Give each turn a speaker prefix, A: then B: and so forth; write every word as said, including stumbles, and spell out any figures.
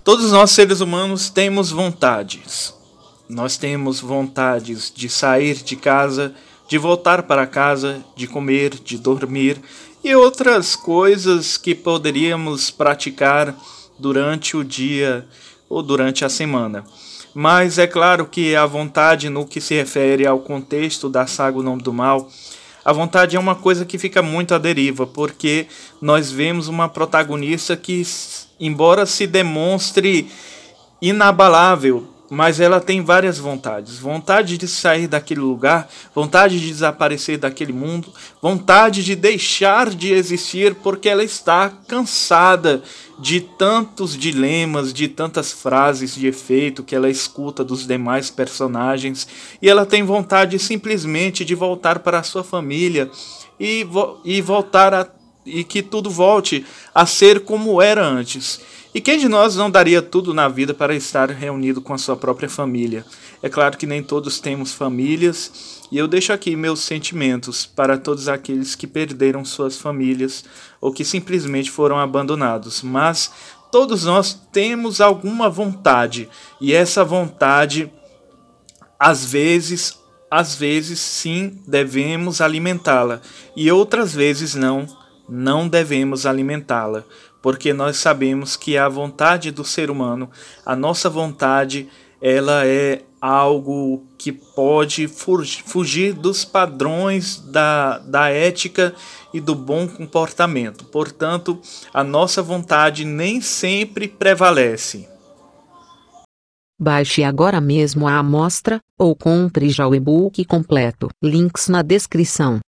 A: Todos nós seres humanos temos vontades. Nós temos vontades de sair de casa, de voltar para casa, de comer, de dormir e outras coisas que poderíamos praticar durante o dia ou durante a semana. Mas é claro que a vontade, no que se refere ao contexto da saga O Nome do Mal, a vontade é uma coisa que fica muito à deriva, porque nós vemos uma protagonista que, embora se demonstre inabalável, mas ela tem várias vontades. Vontade de sair daquele lugar, vontade de desaparecer daquele mundo, vontade de deixar de existir porque ela está cansada de tantos dilemas, de tantas frases de efeito que ela escuta dos demais personagens, e ela tem vontade simplesmente de voltar para a sua família e, vo e voltar a, e que tudo volte a ser como era antes. E quem de nós não daria tudo na vida para estar reunido com a sua própria família? É claro que nem todos temos famílias, e eu deixo aqui meus sentimentos para todos aqueles que perderam suas famílias ou que simplesmente foram abandonados. Mas todos nós temos alguma vontade, e essa vontade, às vezes, às vezes sim, devemos alimentá-la, e outras vezes não, não devemos alimentá-la. Porque nós sabemos que a vontade do ser humano, a nossa vontade, ela é algo que pode fugir dos padrões da, da ética e do bom comportamento. Portanto, a nossa vontade nem sempre prevalece.
B: Baixe agora mesmo a amostra, ou compre já o e-book completo. Links na descrição.